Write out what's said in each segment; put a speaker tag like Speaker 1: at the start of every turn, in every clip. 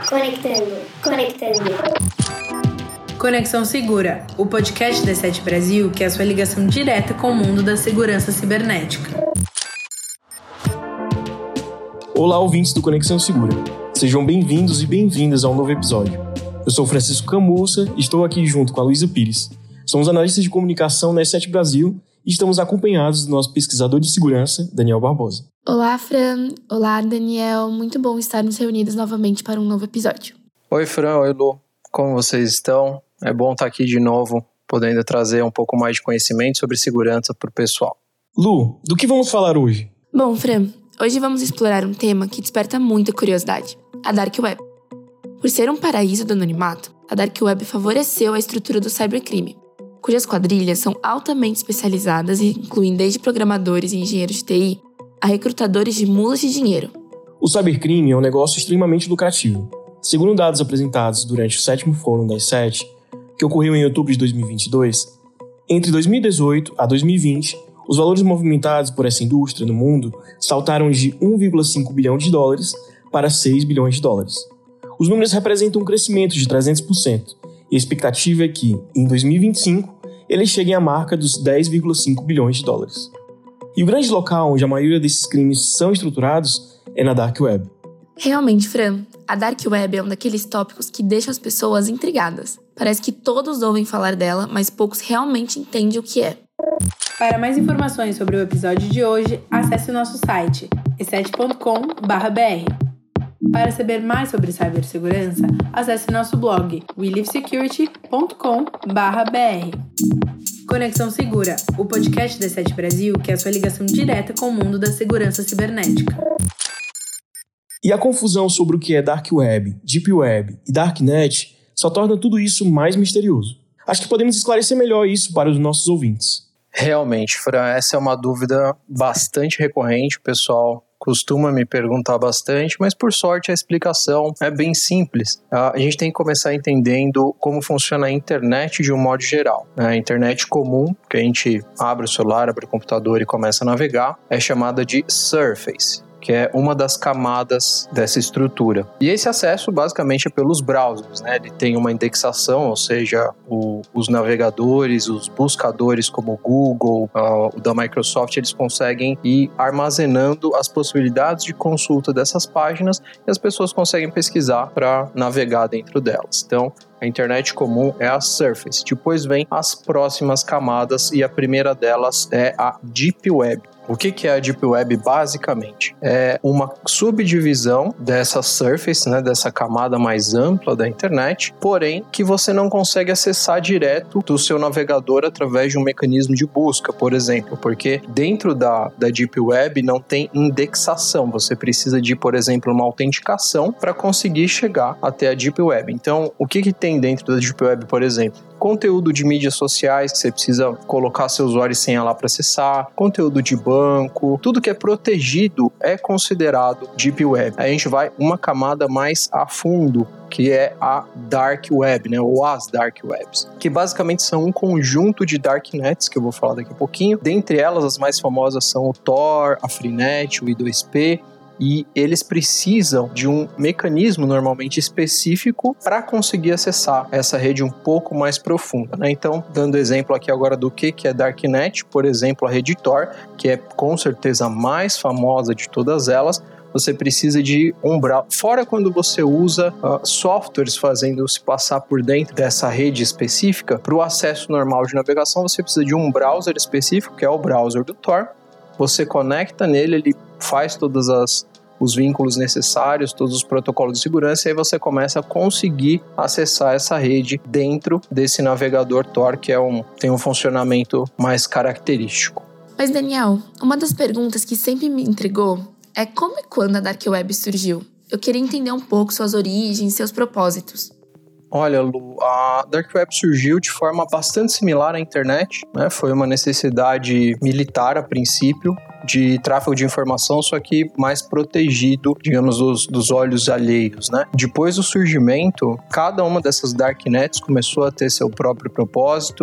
Speaker 1: Conectando.
Speaker 2: Conexão Segura, o podcast da E7 Brasil, que é a sua ligação direta com o mundo da segurança cibernética.
Speaker 3: Olá, ouvintes do Conexão Segura. Sejam bem-vindos e bem-vindas a um novo episódio. Eu sou Francisco Camussa e estou aqui junto com a Luísa Pires. Somos analistas de comunicação na E7 Brasil e estamos acompanhados do nosso pesquisador de segurança, Daniel Barbosa.
Speaker 4: Olá, Fran. Olá, Daniel. Muito bom estarmos reunidos novamente para um novo episódio.
Speaker 5: Oi, Fran. Oi, Lu. Como vocês estão? É bom estar aqui de novo, podendo trazer um pouco mais de conhecimento sobre segurança para o pessoal.
Speaker 3: Lu, do que vamos falar hoje?
Speaker 4: Bom, Fran, hoje vamos explorar um tema que desperta muita curiosidade, a Dark Web. Por ser um paraíso do anonimato, a Dark Web favoreceu a estrutura do cybercrime, cujas quadrilhas são altamente especializadas e incluem desde programadores e engenheiros de TI a recrutadores de mulas de dinheiro.
Speaker 3: O cybercrime é um negócio extremamente lucrativo. Segundo dados apresentados durante o 7º Fórum da E7, que ocorreu em outubro de 2022, entre 2018 a 2020, os valores movimentados por essa indústria no mundo saltaram de 1,5 bilhão de dólares para 6 bilhões de dólares. Os números representam um crescimento de 300%, e a expectativa é que, em 2025, eles cheguem à marca dos 10,5 bilhões de dólares. E o grande local onde a maioria desses crimes são estruturados é na Dark Web.
Speaker 4: Realmente, Fran, a Dark Web é um daqueles tópicos que deixa as pessoas intrigadas. Parece que todos ouvem falar dela, mas poucos realmente entendem o que é.
Speaker 2: Para mais informações sobre o episódio de hoje, acesse o nosso site e7.com.br. Para saber mais sobre cibersegurança, acesse nosso blog welivesecurity.com.br. Conexão Segura, o podcast da E7 Brasil, que é a sua ligação direta com o mundo da segurança cibernética.
Speaker 3: E a confusão sobre o que é Dark Web, Deep Web e Darknet só torna tudo isso mais misterioso. Acho que podemos esclarecer melhor isso para os nossos ouvintes.
Speaker 5: Realmente, Fran, essa é uma dúvida bastante recorrente, o pessoal costuma me perguntar bastante, mas por sorte a explicação é bem simples. A gente tem que começar entendendo como funciona a internet de um modo geral. A internet comum, que a gente abre o celular, abre o computador e começa a navegar, é chamada de surface, que é uma das camadas dessa estrutura. E esse acesso basicamente é pelos browsers, né? Ele tem uma indexação, ou seja, os navegadores, os buscadores como o Google, o da Microsoft, eles conseguem ir armazenando as possibilidades de consulta dessas páginas e as pessoas conseguem pesquisar para navegar dentro delas. Então, a internet comum é a Surface. Depois vem as próximas camadas e a primeira delas é a Deep Web. O que é a Deep Web basicamente? É uma subdivisão dessa Surface, né, dessa camada mais ampla da internet, porém que você não consegue acessar direto do seu navegador através de um mecanismo de busca, por exemplo, porque dentro da Deep Web não tem indexação, você precisa de, por exemplo, uma autenticação para conseguir chegar até a Deep Web. Então, o que tem dentro da Deep Web, por exemplo? Conteúdo de mídias sociais, que você precisa colocar seu usuário e senha lá para acessar, conteúdo de banco, tudo que é protegido é considerado Deep Web. Aí a gente vai uma camada mais a fundo, que é a Dark Web, né, ou as Dark Webs, que basicamente são um conjunto de Darknets, que eu vou falar daqui a pouquinho. Dentre elas, as mais famosas são o Tor, a Freenet, o I2P, e eles precisam de um mecanismo normalmente específico para conseguir acessar essa rede um pouco mais profunda, né? Então, dando exemplo aqui agora do que é Darknet, por exemplo, a rede Tor, que é com certeza a mais famosa de todas elas, você precisa de um browser. Fora quando você usa softwares fazendo se passar por dentro dessa rede específica, para o acesso normal de navegação, você precisa de um browser específico, que é o browser do Tor. Você conecta nele, ele faz todos os vínculos necessários, todos os protocolos de segurança, e aí você começa a conseguir acessar essa rede dentro desse navegador Tor, que tem um funcionamento mais característico.
Speaker 4: Mas, Daniel, uma das perguntas que sempre me intrigou é como e quando a Dark Web surgiu. Eu queria entender um pouco suas origens, seus propósitos.
Speaker 5: Olha, Lu, a Dark Web surgiu de forma bastante similar à internet, né? Foi uma necessidade militar a princípio, de tráfego de informação, só que mais protegido, digamos, dos olhos alheios, né? Depois do surgimento, cada uma dessas darknets começou a ter seu próprio propósito,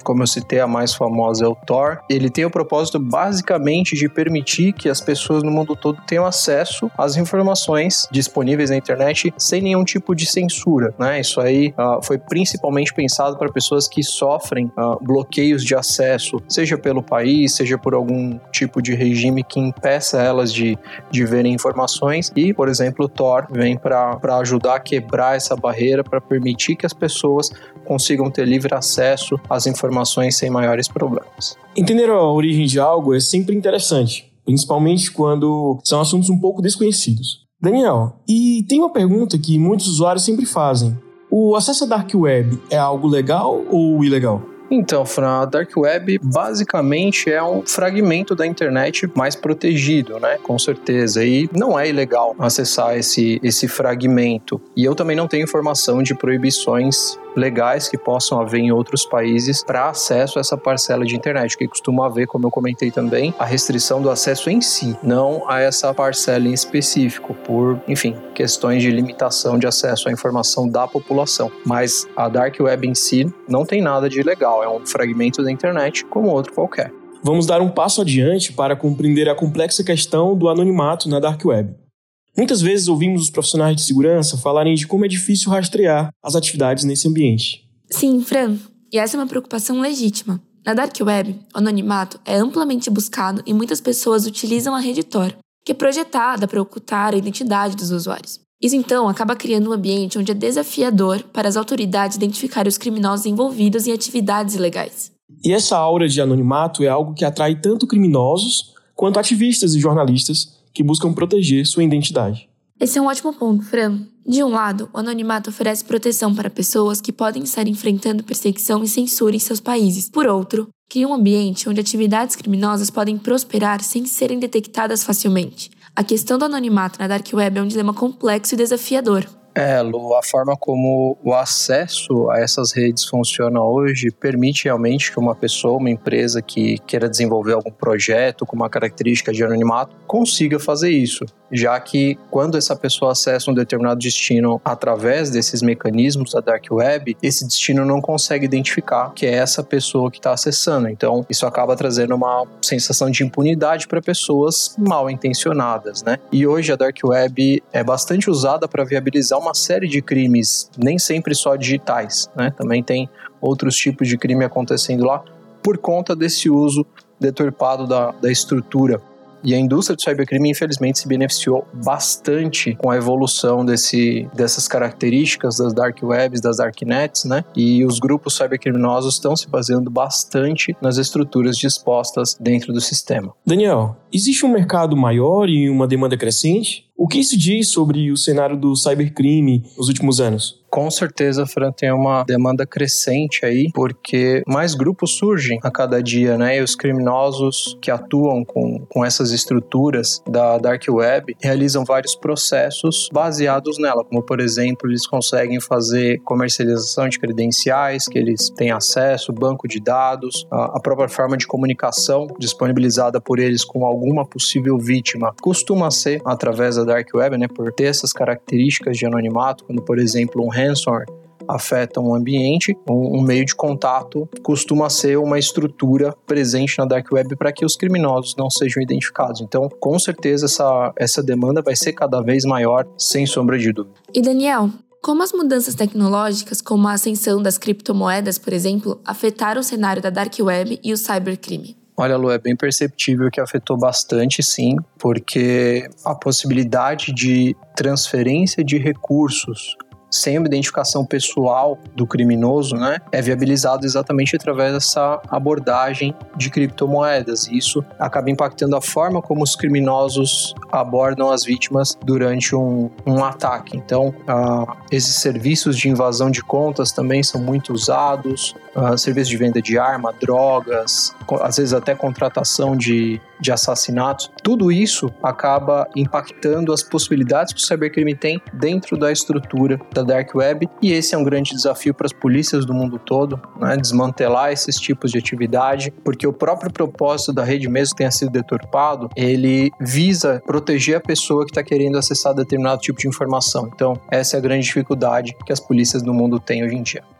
Speaker 5: como eu citei, a mais famosa é o Tor. Ele tem o propósito basicamente de permitir que as pessoas no mundo todo tenham acesso às informações disponíveis na internet sem nenhum tipo de censura, né? Isso aí foi principalmente pensado para pessoas que sofrem bloqueios de acesso, seja pelo país, seja por algum tipo de regime que impeça elas de verem informações. E, por exemplo, o Tor vem para ajudar a quebrar essa barreira, para permitir que as pessoas consigam ter livre acesso às informações sem maiores problemas.
Speaker 3: Entender a origem de algo é sempre interessante, principalmente quando são assuntos um pouco desconhecidos. Daniel, e tem uma pergunta que muitos usuários sempre fazem. O acesso à Dark Web é algo legal ou ilegal?
Speaker 5: Então, Fran, a Dark Web basicamente é um fragmento da internet mais protegido, né? Com certeza. E não é ilegal acessar esse fragmento. E eu também não tenho informação de proibições legais que possam haver em outros países para acesso a essa parcela de internet, que costuma haver, como eu comentei também, a restrição do acesso em si, não a essa parcela em específico, por, enfim, questões de limitação de acesso à informação da população. Mas a Dark Web em si não tem nada de ilegal, é um fragmento da internet como outro qualquer.
Speaker 3: Vamos dar um passo adiante para compreender a complexa questão do anonimato na Dark Web. Muitas vezes ouvimos os profissionais de segurança falarem de como é difícil rastrear as atividades nesse ambiente.
Speaker 4: Sim, Fran, e essa é uma preocupação legítima. Na Dark Web, o anonimato é amplamente buscado e muitas pessoas utilizam a rede Tor, que é projetada para ocultar a identidade dos usuários. Isso então acaba criando um ambiente onde é desafiador para as autoridades identificarem os criminosos envolvidos em atividades ilegais.
Speaker 3: E essa aura de anonimato é algo que atrai tanto criminosos quanto ativistas e jornalistas que buscam proteger sua identidade.
Speaker 4: Esse é um ótimo ponto, Fran. De um lado, o anonimato oferece proteção para pessoas que podem estar enfrentando perseguição e censura em seus países. Por outro, cria um ambiente onde atividades criminosas podem prosperar sem serem detectadas facilmente. A questão do anonimato na Dark Web é um dilema complexo e desafiador.
Speaker 5: Lu, a forma como o acesso a essas redes funciona hoje permite realmente que uma pessoa, uma empresa que queira desenvolver algum projeto com uma característica de anonimato consiga fazer isso, já que quando essa pessoa acessa um determinado destino através desses mecanismos da Dark Web, esse destino não consegue identificar que é essa pessoa que está acessando. Então, isso acaba trazendo uma sensação de impunidade para pessoas mal intencionadas, né? E hoje a Dark Web é bastante usada para viabilizar uma série de crimes, nem sempre só digitais, né? Também tem outros tipos de crime acontecendo lá por conta desse uso deturpado da estrutura. E a indústria do cybercrime, infelizmente, se beneficiou bastante com a evolução dessas características das dark webs, das darknets, né? E os grupos cybercriminosos estão se baseando bastante nas estruturas dispostas dentro do sistema.
Speaker 3: Daniel, existe um mercado maior e uma demanda crescente? O que isso diz sobre o cenário do cybercrime nos últimos anos?
Speaker 5: Com certeza, Fran, tem uma demanda crescente aí, porque mais grupos surgem a cada dia, né? E os criminosos que atuam com essas estruturas da Dark Web realizam vários processos baseados nela, como, por exemplo, eles conseguem fazer comercialização de credenciais, que eles têm acesso, banco de dados, a própria forma de comunicação disponibilizada por eles com alguma possível vítima costuma ser através da Dark Web, né? Por ter essas características de anonimato, como, por exemplo, um ransomware afeta um ambiente, um meio de contato costuma ser uma estrutura presente na Dark Web para que os criminosos não sejam identificados. Então, com certeza, essa demanda vai ser cada vez maior, sem sombra de dúvida.
Speaker 4: E Daniel, como as mudanças tecnológicas, como a ascensão das criptomoedas, por exemplo, afetaram o cenário da Dark Web e o cybercrime?
Speaker 5: Olha, Lu, é bem perceptível que afetou bastante, sim, porque a possibilidade de transferência de recursos sem uma identificação pessoal do criminoso, né, é viabilizado exatamente através dessa abordagem de criptomoedas. E isso acaba impactando a forma como os criminosos abordam as vítimas durante um ataque. Então, esses serviços de invasão de contas também são muito usados, serviços de venda de arma, drogas, às vezes até contratação de assassinatos. Tudo isso acaba impactando as possibilidades que o cybercrime tem dentro da estrutura da Dark Web, e esse é um grande desafio para as polícias do mundo todo, né? Desmantelar esses tipos de atividade, porque o próprio propósito da rede, mesmo que tenha sido deturpado, ele visa proteger a pessoa que está querendo acessar determinado tipo de informação. Então, essa é a grande dificuldade que as polícias do mundo têm hoje em dia.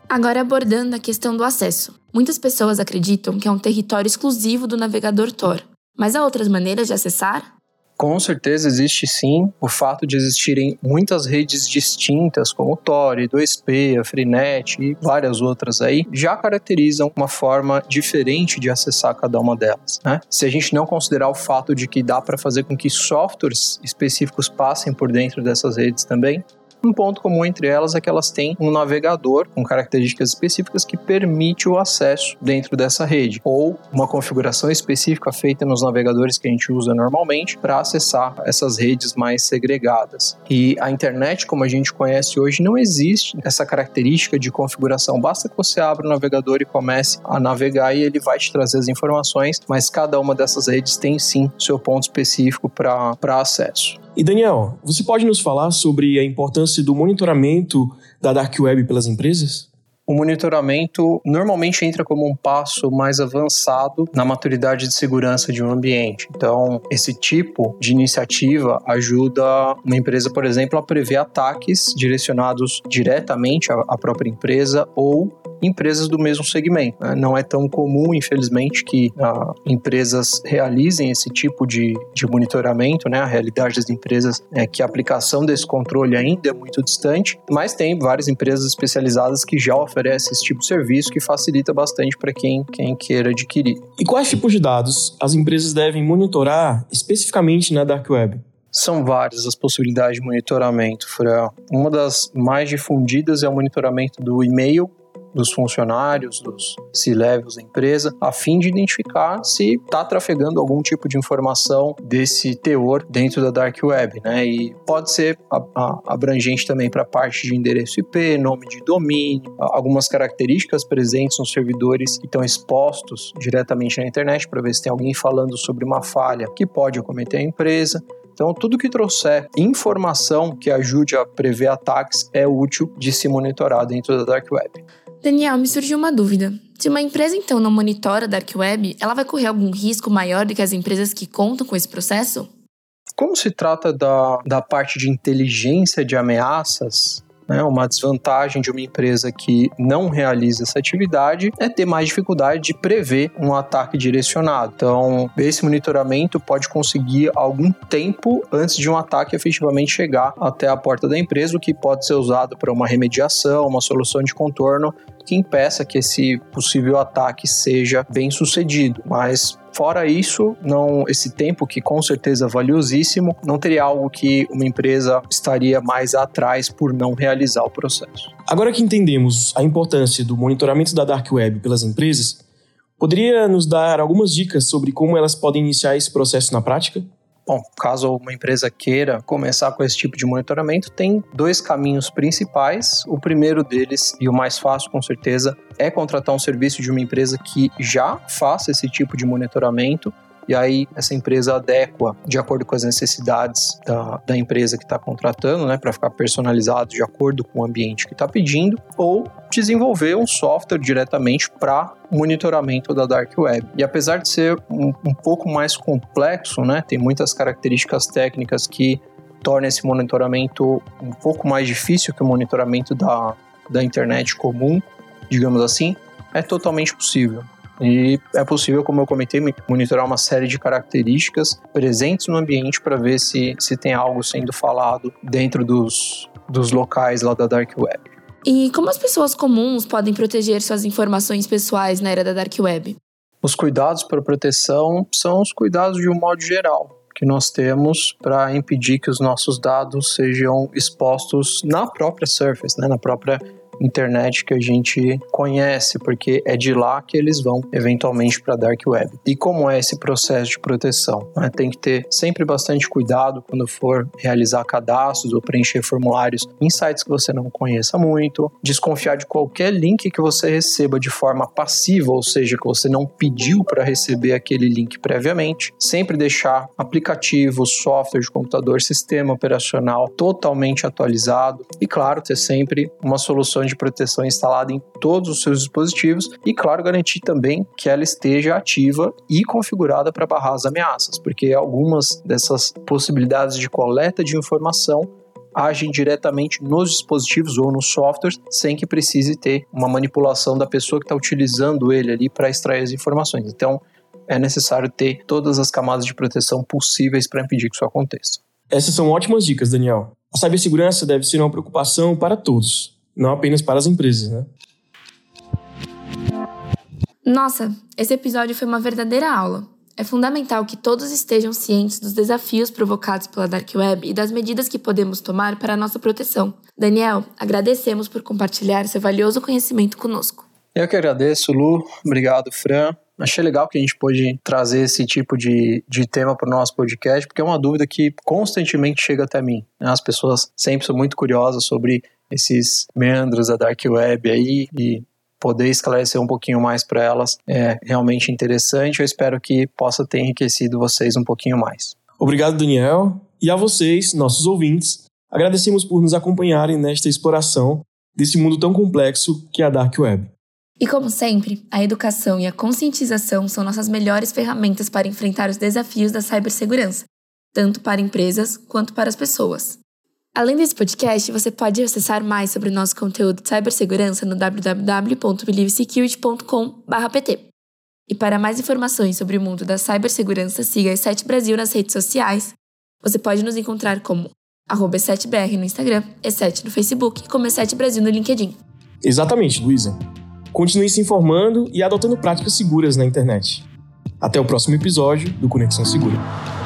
Speaker 4: Agora abordando a questão do acesso. Muitas pessoas acreditam que é um território exclusivo do navegador Tor. Mas há outras maneiras de acessar?
Speaker 5: Com certeza existe sim. O fato de existirem muitas redes distintas, como o Tor, 2P, a Freenet e várias outras aí, já caracterizam uma forma diferente de acessar cada uma delas, né? Se a gente não considerar o fato de que dá para fazer com que softwares específicos passem por dentro dessas redes também, um ponto comum entre elas é que elas têm um navegador com características específicas que permite o acesso dentro dessa rede, ou uma configuração específica feita nos navegadores que a gente usa normalmente para acessar essas redes mais segregadas. E a internet, como a gente conhece hoje, não existe essa característica de configuração. Basta que você abra o navegador e comece a navegar e ele vai te trazer as informações, mas cada uma dessas redes tem sim seu ponto específico para acesso.
Speaker 3: E Daniel, você pode nos falar sobre a importância do monitoramento da Dark Web pelas empresas?
Speaker 5: O monitoramento normalmente entra como um passo mais avançado na maturidade de segurança de um ambiente. Então, esse tipo de iniciativa ajuda uma empresa, por exemplo, a prever ataques direcionados diretamente à própria empresa ou empresas do mesmo segmento. Não é tão comum, infelizmente, que empresas realizem esse tipo de monitoramento, né? A realidade das empresas é que a aplicação desse controle ainda é muito distante, mas tem várias empresas especializadas que já oferecem esse tipo de serviço que facilita bastante para quem queira adquirir.
Speaker 3: E quais tipos de dados as empresas devem monitorar especificamente na Dark Web?
Speaker 5: São várias as possibilidades de monitoramento, Fran. Uma das mais difundidas é o monitoramento do e-mail dos funcionários, dos C-levels da empresa, a fim de identificar se está trafegando algum tipo de informação desse teor dentro da Dark Web, né? E pode ser abrangente também para a parte de endereço IP, nome de domínio, algumas características presentes nos servidores que estão expostos diretamente na internet para ver se tem alguém falando sobre uma falha que pode acometer a empresa. Então, tudo que trouxer informação que ajude a prever ataques é útil de se monitorar dentro da Dark Web.
Speaker 4: Daniel, me surgiu uma dúvida. Se uma empresa, então, não monitora a Dark Web, ela vai correr algum risco maior do que as empresas que contam com esse processo?
Speaker 5: Como se trata da parte de inteligência de ameaças, né, uma desvantagem de uma empresa que não realiza essa atividade é ter mais dificuldade de prever um ataque direcionado. Então, esse monitoramento pode conseguir algum tempo antes de um ataque efetivamente chegar até a porta da empresa, o que pode ser usado para uma remediação, uma solução de contorno que impeça que esse possível ataque seja bem sucedido. Mas fora isso, esse tempo, que com certeza é valiosíssimo, não teria algo que uma empresa estaria mais atrás por não realizar o processo.
Speaker 3: Agora que entendemos a importância do monitoramento da Dark Web pelas empresas, poderia nos dar algumas dicas sobre como elas podem iniciar esse processo na prática?
Speaker 5: Bom, caso uma empresa queira começar com esse tipo de monitoramento, tem 2 caminhos principais. O primeiro deles, e o mais fácil com certeza, é contratar um serviço de uma empresa que já faça esse tipo de monitoramento, e aí essa empresa adequa de acordo com as necessidades da empresa que está contratando, né, para ficar personalizado de acordo com o ambiente que está pedindo, ou desenvolver um software diretamente para monitoramento da Dark Web. E apesar de ser um pouco mais complexo, né, tem muitas características técnicas que tornam esse monitoramento um pouco mais difícil que o monitoramento da internet comum, digamos assim, é totalmente possível. E é possível, como eu comentei, monitorar uma série de características presentes no ambiente para ver se tem algo sendo falado dentro dos locais lá da Dark Web.
Speaker 4: E como as pessoas comuns podem proteger suas informações pessoais na era da Dark Web?
Speaker 5: Os cuidados para proteção são os cuidados de um modo geral que nós temos para impedir que os nossos dados sejam expostos na própria surface, né, na própria internet que a gente conhece, porque é de lá que eles vão eventualmente para a Dark Web. E como é esse processo de proteção? Tem que ter sempre bastante cuidado quando for realizar cadastros ou preencher formulários em sites que você não conheça muito, desconfiar de qualquer link que você receba de forma passiva, ou seja, que você não pediu para receber aquele link previamente, sempre deixar aplicativo, software de computador, sistema operacional totalmente atualizado e, claro, ter sempre uma solução de proteção instalada em todos os seus dispositivos e, claro, garantir também que ela esteja ativa e configurada para barrar as ameaças, porque algumas dessas possibilidades de coleta de informação agem diretamente nos dispositivos ou nos softwares, sem que precise ter uma manipulação da pessoa que está utilizando ele ali para extrair as informações. Então, é necessário ter todas as camadas de proteção possíveis para impedir que isso aconteça.
Speaker 3: Essas são ótimas dicas, Daniel. A cibersegurança deve ser uma preocupação para todos, não apenas para as empresas, né?
Speaker 4: Nossa, esse episódio foi uma verdadeira aula. É fundamental que todos estejam cientes dos desafios provocados pela Dark Web e das medidas que podemos tomar para a nossa proteção. Daniel, agradecemos por compartilhar seu valioso conhecimento conosco.
Speaker 5: Eu que agradeço, Lu. Obrigado, Fran. Achei legal que a gente pôde trazer esse tipo de tema para o nosso podcast, porque é uma dúvida que constantemente chega até mim. As pessoas sempre são muito curiosas sobre esses meandros da Dark Web aí, e poder esclarecer um pouquinho mais para elas é realmente interessante. Eu espero que possa ter enriquecido vocês um pouquinho mais.
Speaker 3: Obrigado, Daniel. E a vocês, nossos ouvintes, agradecemos por nos acompanharem nesta exploração desse mundo tão complexo que é a Dark Web.
Speaker 4: E como sempre, a educação e a conscientização são nossas melhores ferramentas para enfrentar os desafios da cibersegurança, tanto para empresas quanto para as pessoas. Além desse podcast, você pode acessar mais sobre o nosso conteúdo de cibersegurança no www.believesecurity.com/pt. E para mais informações sobre o mundo da cibersegurança, siga a E7 Brasil nas redes sociais. Você pode nos encontrar como @E7BR no Instagram, E7 no Facebook e como E7 Brasil no LinkedIn.
Speaker 3: Exatamente, Luísa. Continue se informando e adotando práticas seguras na internet. Até o próximo episódio do Conexão Segura.